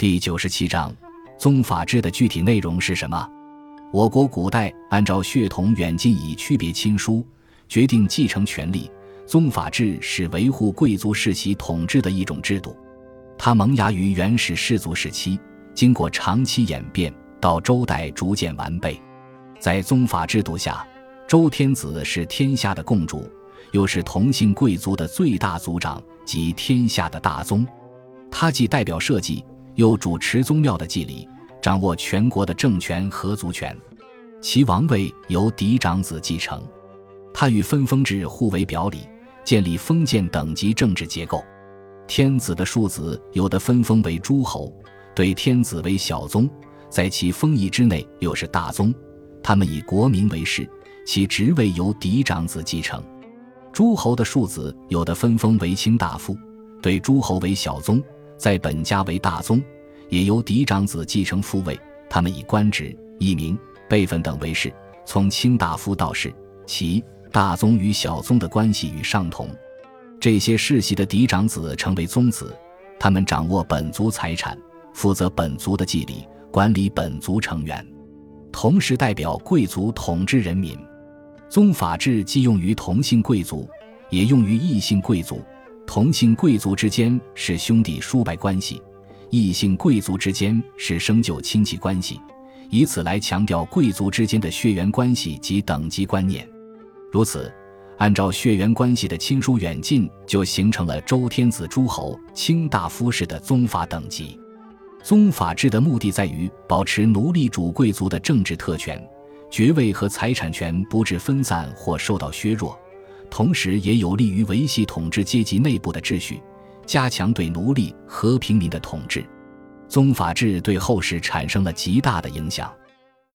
第97章，宗法制的具体内容是什么？我国古代按照血统远近以区别亲疏，决定继承权利。宗法制是维护贵族世袭统治的一种制度，它萌芽于原始氏族时期，经过长期演变，到周代逐渐完备。在宗法制度下，周天子是天下的共主，又是同姓贵族的最大族长及天下的大宗。他既代表社稷，又主持宗庙的祭礼，掌握全国的政权和族权。其王位由嫡长子继承，他与分封制互为表里，建立封建等级政治结构。天子的庶子有的分封为诸侯，对天子为小宗，在其封邑之内又是大宗，他们以国名为氏，其职位由嫡长子继承。诸侯的庶子有的分封为卿大夫，对诸侯为小宗，在本家为大宗，也由嫡长子继承父位，他们以官职、艺名、辈分等为氏，从卿大夫到氏，其大宗与小宗的关系与上同。这些世袭的嫡长子成为宗子，他们掌握本族财产，负责本族的祭礼，管理本族成员，同时代表贵族统治人民。宗法制既用于同姓贵族，也用于异姓贵族。同姓贵族之间是兄弟叔伯关系，异姓贵族之间是生就亲戚关系，以此来强调贵族之间的血缘关系及等级观念。如此，按照血缘关系的亲疏远近，就形成了周天子诸侯卿大夫式的宗法等级。宗法制的目的在于保持奴隶主贵族的政治特权，爵位和财产权不致分散或受到削弱，同时也有利于维系统治阶级内部的秩序，加强对奴隶和平民的统治。宗法制对后世产生了极大的影响。